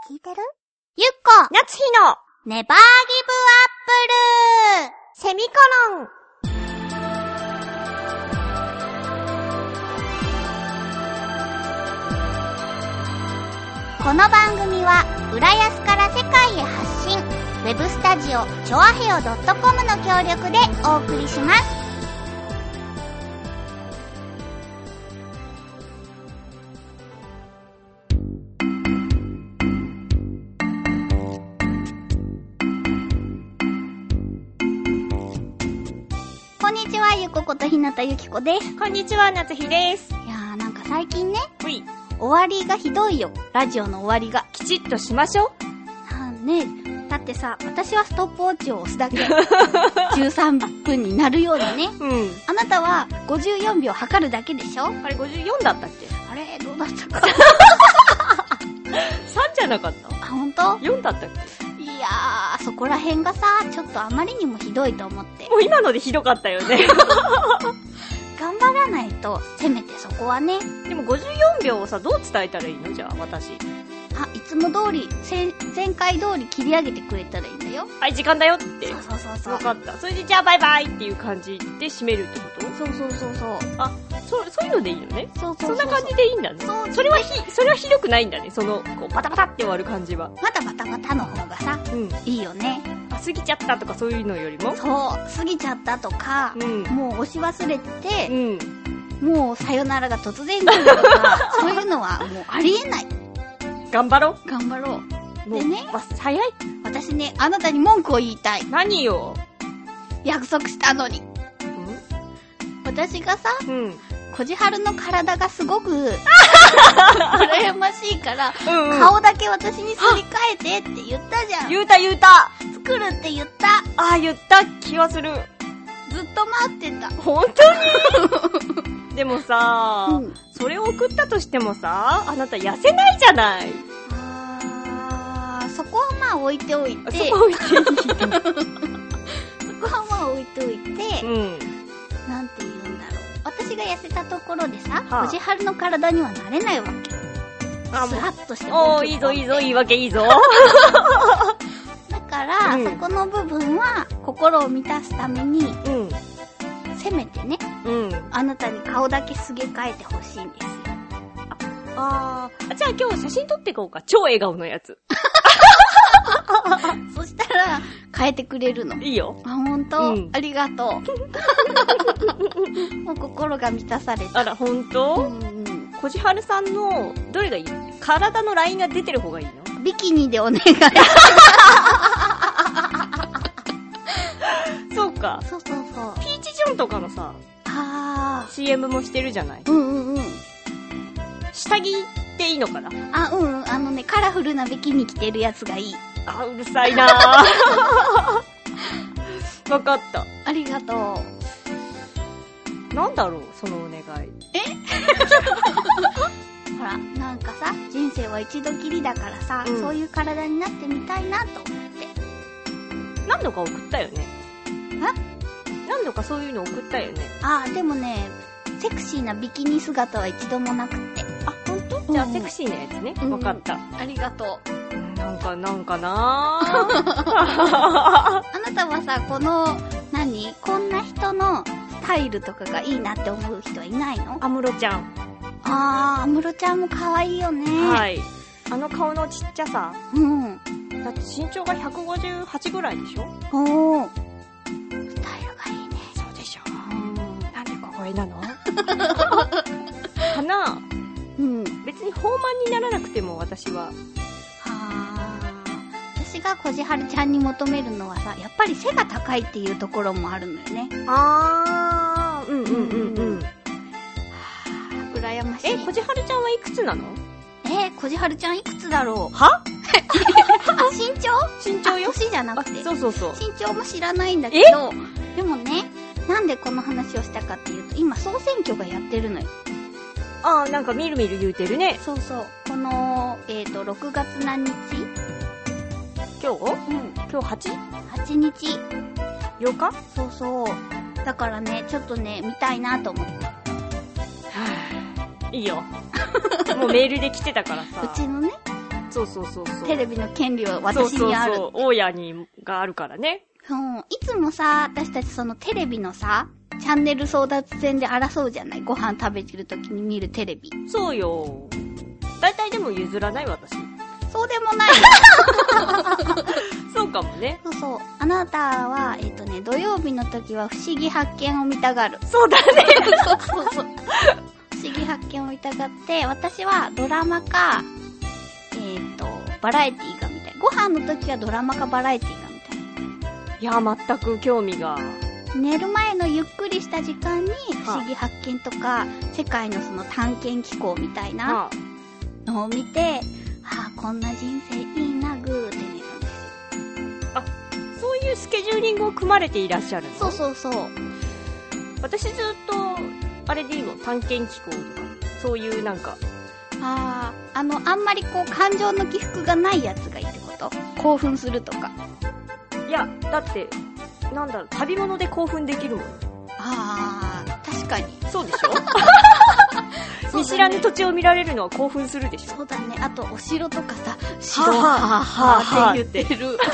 聞いてる？ゆっこ夏日のネバーギブアップルセミコロン。 この番組は浦安から世界へ発信、ウェブスタジオチョアヘオ .com の協力でお送りします。こんにちは、ゆこことひなたゆきこです。 こんにちは、夏日です。 いやー、なんか最近ね、 終わりがひどいよ。ラジオの終わりがきちっとしましょう。ね、だってさ、私はストップウォッチを押すだけ13分になるようにね。あなたは54秒測るだけでしょ。 あれ54だったっけ？ あれどうだったか 3じゃなかった？ あ、ほんと？ 4だったっけ？ いやー、そこら辺がさ、ちょっとあまりにもひどいと思って。 もう今のでひどかったよね頑張らないと、せめてそこはね。 でも54秒をさ、どう伝えたらいいの？じゃあ私。 あ、いつも通り、前回通り切り上げてくれたらいいんだよ。 はい、時間だよって。 そう。 わかった。それでじゃあバイバイっていう感じで締めるってこと？ そう。 あ、そういうのでいいのね。 そう。 そんな感じでいいんだね。それはひどくないんだね。こう、バタバタって終わる感じは。 またバタバタの方がさ、いいよね。 あ、過ぎちゃったとかそういうのよりも？ そう、過ぎちゃったとか、もう押し忘れてて、もうさよならが突然来るとか、そういうのはもうありえない。 頑張ろう。 でね、 早い。 私ね、あなたに文句を言いたい。 何よ。 約束したのに。私がさ、こじはるの体がすごく羨ましいから、顔だけ私にすり替えてって言ったじゃん。 言うた。 作るって言った。 ああ、言った気がする。 ずっと待ってた。 本当にでもさ、それを送ったとしてもさ、あなた痩せないじゃない。 そこはまあ置いておいて。 そこは置いていい。 そこはまあ置いておいて、なんて言うんだろう。私が痩せたところでさ、こじはるの体にはなれないわけ。スラッとしていいぞ、言い訳いいぞ。 だから、そこの部分は心を満たすために、せめてね、あなたに顔だけすげ替えてほしいんですよ。 じゃあ今日写真撮っていこうか。超笑顔のやつ。 そしたら変えてくれるの？ いいよ。 あ、ほんと？ありがとう。もう心が満たされた。 あら、ほんと？こじはるさんのどれがいい？体のラインが出てる方がいいの？ ビキニでお願い。 そうか。 そう。 ピーチジョンとかのさ、CM もしてるじゃない？下着っていいのかな？ カラフルなビキニ着てるやつがいい。 あ、うるさいなぁ。わかった。 ありがとう。なんだろう、そのお願い。 ほら、なんかさ、人生は一度きりだからさ、そういう体になってみたいなと思って。 何度か送ったよね。何度かそういうの送ったよね。 でもね、セクシーなビキニ姿は一度もなくって。 あ、ほんと？じゃあセクシーなやつね。わかった。 ありがとう。 なんかなぁ。 あなたはさ、こんな人のスタイルとかがいいなって思う人はいないの？ 安室ちゃん。 安室ちゃんも可愛いよね。 はい。あの顔のちっちゃさ。だって身長が158ぐらいでしょ？ スタイルがいいね。 そうでしょ。なんで小声なの？かな？別に豊満にならなくても私は。 私がこじはるちゃんに求めるのはさ、やっぱり背が高いっていうところもあるのよね。羨ましい。 こじはるちゃんはいくつなの？ こじはるちゃんいくつだろう？ は？ 身長よ。年じゃなくて。 そう。 身長も知らないんだけど、でもね、なんでこの話をしたかっていうと、今総選挙がやってるのよ。 なんかみるみる言うてるね。 そう。この、6月何日？ 今日？今日 8日。 8日？ そう。だからね、ちょっとね、見たいなと思って。 いいよ。もうメールで来てたからさ。 うちのね、 そうそうそうそう。 テレビの権利は私にある。 そうそうそう。大家があるからね。 そう。いつもさ、私たちそのテレビのさ、チャンネル争奪戦で争うじゃない？ご飯食べてる時に見るテレビ。 そうよ。大体でも譲らない私。 そうでもないよ。 そうかもね。 そうそう。あなたは、土曜日の時は不思議発見を見たがる。 そうだね。 そうそうそう。不思議発見を見たがって、私はドラマか、バラエティが見たい。ご飯の時はドラマかバラエティが見たい。 いや、全く興味が。 寝る前のゆっくりした時間に不思議発見とか、世界のその探検機構みたいなのを見て、こんな人生いいな、ぐーって寝るんですよ。 あ、そういうスケジューリングを組まれていらっしゃるの？ そうそうそう。 私ずっと、あれでいいの？探検機構とか。そういうなんか。 あんまりこう、感情の起伏がないやつがいいってこと？興奮するとか。 いや、だって、なんだろう、旅物で興奮できるもん。 確かに。 そうでしょ？見知らぬ土地を見られるのは興奮するでしょ？ そうだね。あと、お城とかさ、城はって言ってる。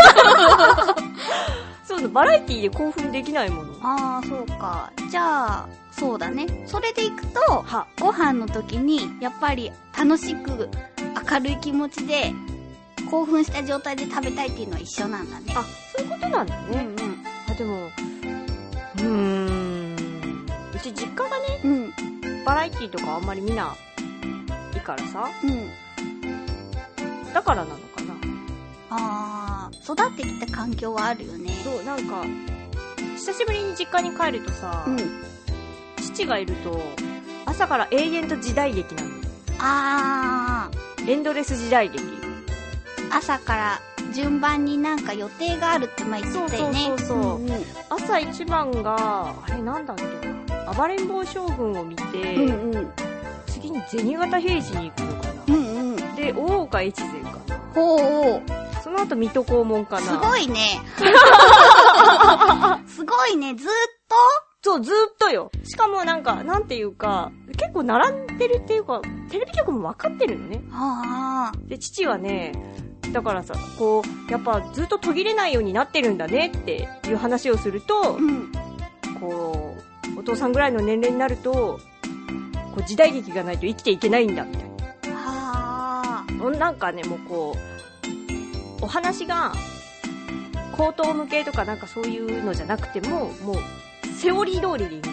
そうだ、バラエティで興奮できないもの。 そうか。じゃあ、そうだね。それでいくと、ご飯の時に、やっぱり楽しく、明るい気持ちで、興奮した状態で食べたいっていうのは一緒なんだね。 そういうことなんだね。でも、うち実家がね、バラエティとかあんまり見ないからさ。だからなのかな。 育ってきた環境はあるよね。 そう、なんか、久しぶりに実家に帰るとさ、父がいると、朝から永遠と時代劇なの。エンドレス時代劇。 朝から順番になんか予定があるって言ってたよね。 そう。朝一番が、あれなんだっけな。暴れん坊将軍を見て、次に銭形平次に行くのかな。で、大岡越前かな。その後水戸黄門かな。 すごいね。すごいね、ずーっと？ そう、ずーっとよ。しかもなんか、なんていうか、結構並んでるっていうか、テレビ局も分かってるのね。で、父はね、だからさ、こう、やっぱずっと途切れないようになってるんだねっていう話をすると、こう、お父さんぐらいの年齢になると、こう時代劇がないと生きていけないんだ、みたいな。なんかね、もうこう、お話が、口頭向けとかなんかそういうのじゃなくても、もう、セオリー通りでいいんだって。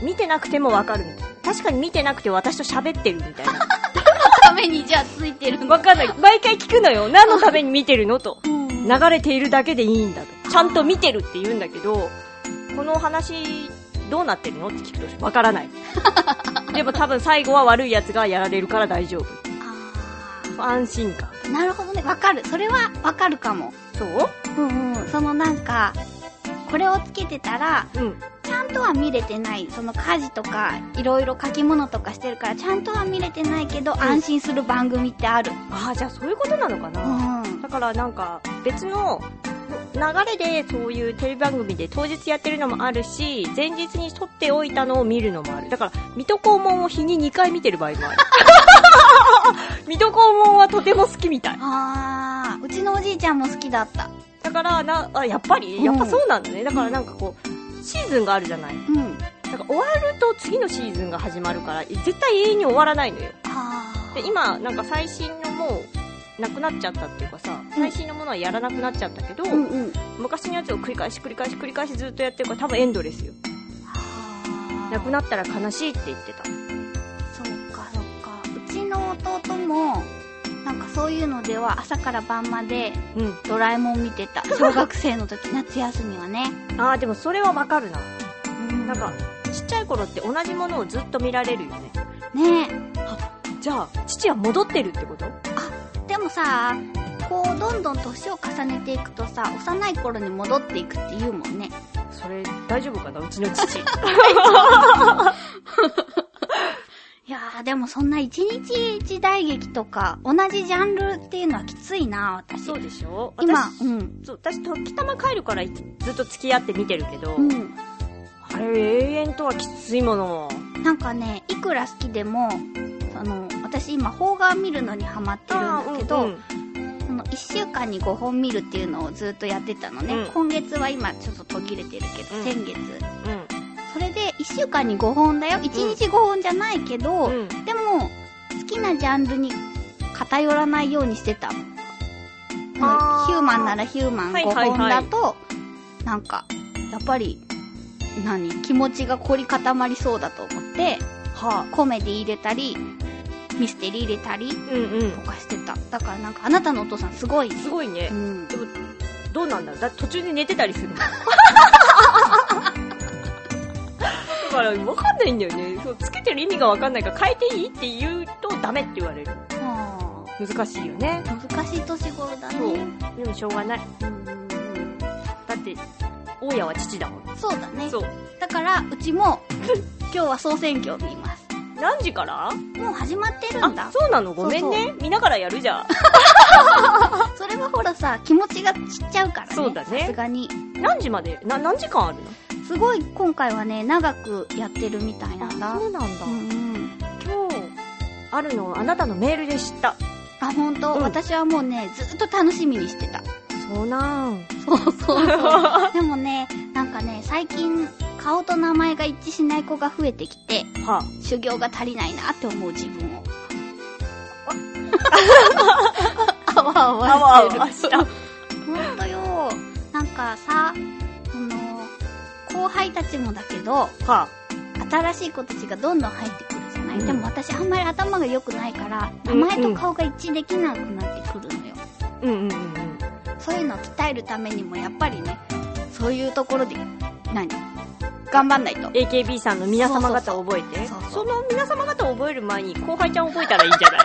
見てなくてもわかるみたいな。確かに見てなくて私と喋ってるみたいな。 ためにじゃあついてるの？ わかんない。毎回聞くのよ。何のために見てるのと。流れているだけでいいんだと。ちゃんと見てるって言うんだけど、この話、どうなってるのって聞くとわからない。でも多分最後は悪い奴がやられるから大丈夫。安心感。 なるほどね。わかる。それはわかるかも。 そう？ そのなんか、これをつけてたら、ちゃんとは見れてない。その家事とか、いろいろ書き物とかしてるから、ちゃんとは見れてないけど、安心する番組ってある。 じゃあそういうことなのかな。だからなんか、別の流れでそういうテレビ番組で当日やってるのもあるし、前日に撮っておいたのを見るのもある。だから、水戸黄門を日に2回見てる場合もある。水戸黄門はとても好きみたい。 うちのおじいちゃんも好きだった。 だからやっぱそうなんだね。だからなんかこう、シーズンがあるじゃない。だから終わると次のシーズンが始まるから、絶対永遠に終わらないのよ。で、今、なんか最新のもう、なくなっちゃったっていうかさ、最新のものはやらなくなっちゃったけど、昔のやつを繰り返しずっとやってるから多分エンドレスよ。なくなったら悲しいって言ってた。 そうか。うちの弟も、なんかそういうのでは朝から晩までドラえもん見てた。小学生の時、夏休みはね。 でもそれはわかるな。なんか、ちっちゃい頃って同じものをずっと見られるよね。じゃあ、父は戻ってるってこと？ でもさ、こう、どんどん年を重ねていくとさ、幼い頃に戻っていくって言うもんね。 それ、大丈夫かな？うちの父。 いやー、でもそんな一日時代劇とか、同じジャンルっていうのはきついな、私。 そうでしょ？私、時たま帰るからずっと付き合って見てるけど、あれ、永遠とはきついもの。 なんかね、いくら好きでも、私今、邦画見るのにハマってるんだけど、 の1週間に5本見るっていうのをずっとやってたのね。今月は今ちょっと途切れてるけど、先月。それで1週間に5本だよ。1日5本じゃないけど、でも、好きなジャンルに偏らないようにしてた。ヒューマンならヒューマン5本だと、なんか、やっぱり、気持ちが凝り固まりそうだと思って、コメディ入れたり、ミステリー入れたり、とかしてた。だからなんか、あなたのお父さんすごい。 すごいね。でも、どうなんだろう。だって途中で寝てたりするもん。だから分かんないんだよね。そうつけてる意味が分かんないから変えていいって言うとダメって言われる。難しいよね。 難しい年頃だね。 そう。でもしょうがない。だって、大家は父だもん。 そうだね。そう。だから、うちも、今日は総選挙を見ます。 何時から？ もう始まってるんだ。 そうなの？ごめんね。見ながらやるじゃん。 それはほらさ、気持ちが散っちゃうからね。 そうだね。 さすがに。 何時まで？何時間あるの？ すごい今回はね、長くやってるみたいなんだ。 そうなんだ。今日、あるのあなたのメールで知った。 あ、ほんと？私はもうね、ずっと楽しみにしてた。 そうなん。 そう。でもね、なんかね、最近、顔と名前が一致しない子が増えてきて、修行が足りないなって思う自分を。あわあわしてる。ほんとよ。なんかさ、後輩たちもだけど、新しい子たちがどんどん入ってくるじゃない、でも私あんまり頭が良くないから、名前と顔が一致できなくなってくるのよ。そういうのを鍛えるためにもやっぱりね、そういうところで、頑張んないと。 AKB さんの皆様方を覚えて。その皆様方を覚える前に後輩ちゃんを覚えたらいいんじゃない？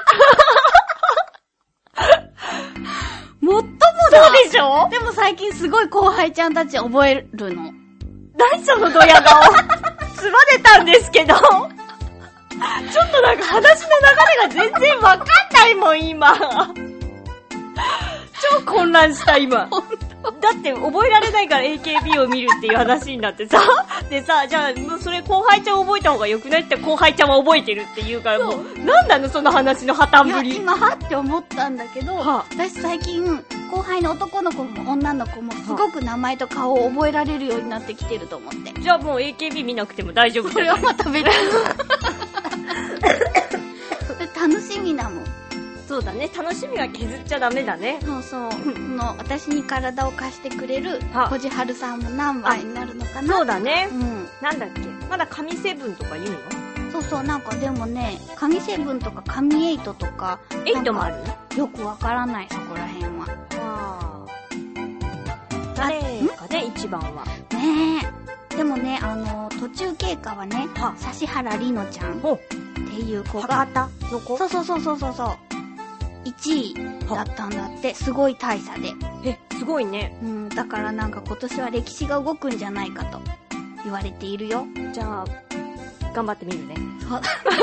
もっともだ。そうでしょ？ でも最近すごい後輩ちゃんたち覚えるの。 何そのドヤ顔。つばれたんですけど。ちょっとなんか話の流れが全然わかんないもん、今。超混乱した、今。だって覚えられないから AKB を見るっていう話になってさ。でさ、じゃあ、もうそれ後輩ちゃん覚えた方が良くないって後輩ちゃんは覚えてるって言うから、もう、なんなのその話の破綻ぶり。 いや、今はって思ったんだけど、私最近、後輩の男の子も女の子もすごく名前と顔を覚えられるようになってきてると思って。 じゃあもう AKB 見なくても大丈夫だよ。 これはまた別に。楽しみだもん。 そうだね。楽しみは削っちゃダメだね。 そう。私に体を貸してくれる、こじはるさんも何倍になるのかな。 そうだね。なんだっけ。まだ神セブンとか言うの？そう、なんかでもね、神セブンとか神エイトとか。 エイトもある？ よくわからない、そこら辺は。 誰かね、一番は。 ねえ。でもね、途中経過はね、指原莉乃ちゃんっていう子が。 博多の子？ そう。1位だったんだって、すごい大差で。 すごいね。 だからなんか今年は歴史が動くんじゃないかと言われているよ。 じゃあ、頑張ってみるね。 そう。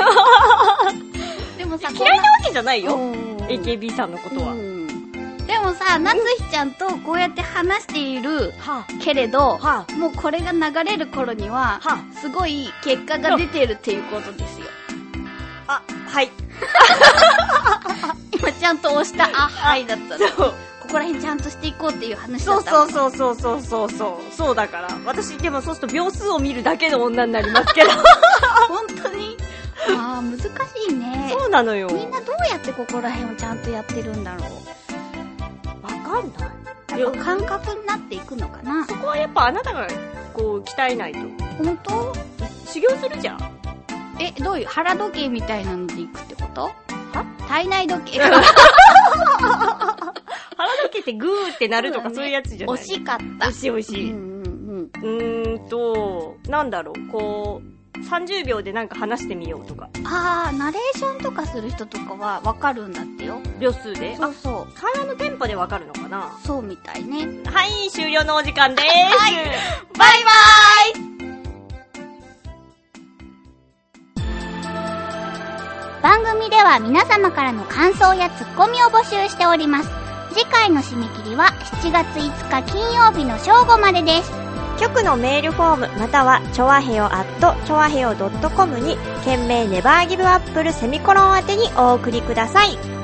でもさ、 嫌いなわけじゃないよ。AKB さんのことは。 でもさ、夏日ちゃんとこうやって話しているけれど、もうこれが流れる頃には、すごい結果が出てるっていうことですよ。 はい。 今ちゃんと押したはいだったの。ここら辺ちゃんとしていこうっていう話だったそうそうだから。私でもそうすると秒数を見るだけの女になりますけど。 本当に難しいね。 そうなのよ。 みんなどうやってここら辺をちゃんとやってるんだろう。 わかんない。 やっぱ感覚になっていくのかな。 そこはやっぱあなたがこう鍛えないと。 本当？ 修行するじゃん。 どういう腹時計みたいなのでいくってこと？体内時計。 腹時計ってグーってなるとかそういうやつじゃない？ 惜しかった。 惜しい。なんだろう、こう、30秒でなんか話してみようとか。 ナレーションとかする人とかはわかるんだってよ。 秒数で？ そう。 会話のテンポでわかるのかな？ そうみたいね。 はい、終了のお時間でーす。 はい。バイバーイ。番組では皆様からの感想やツッコミを募集しております。次回の締め切りは7月5日金曜日の正午までです。 局のメールフォームまたはちょわへよ@choaheyo.com に件名ネバーギブアップルセミコロン宛てにお送りください。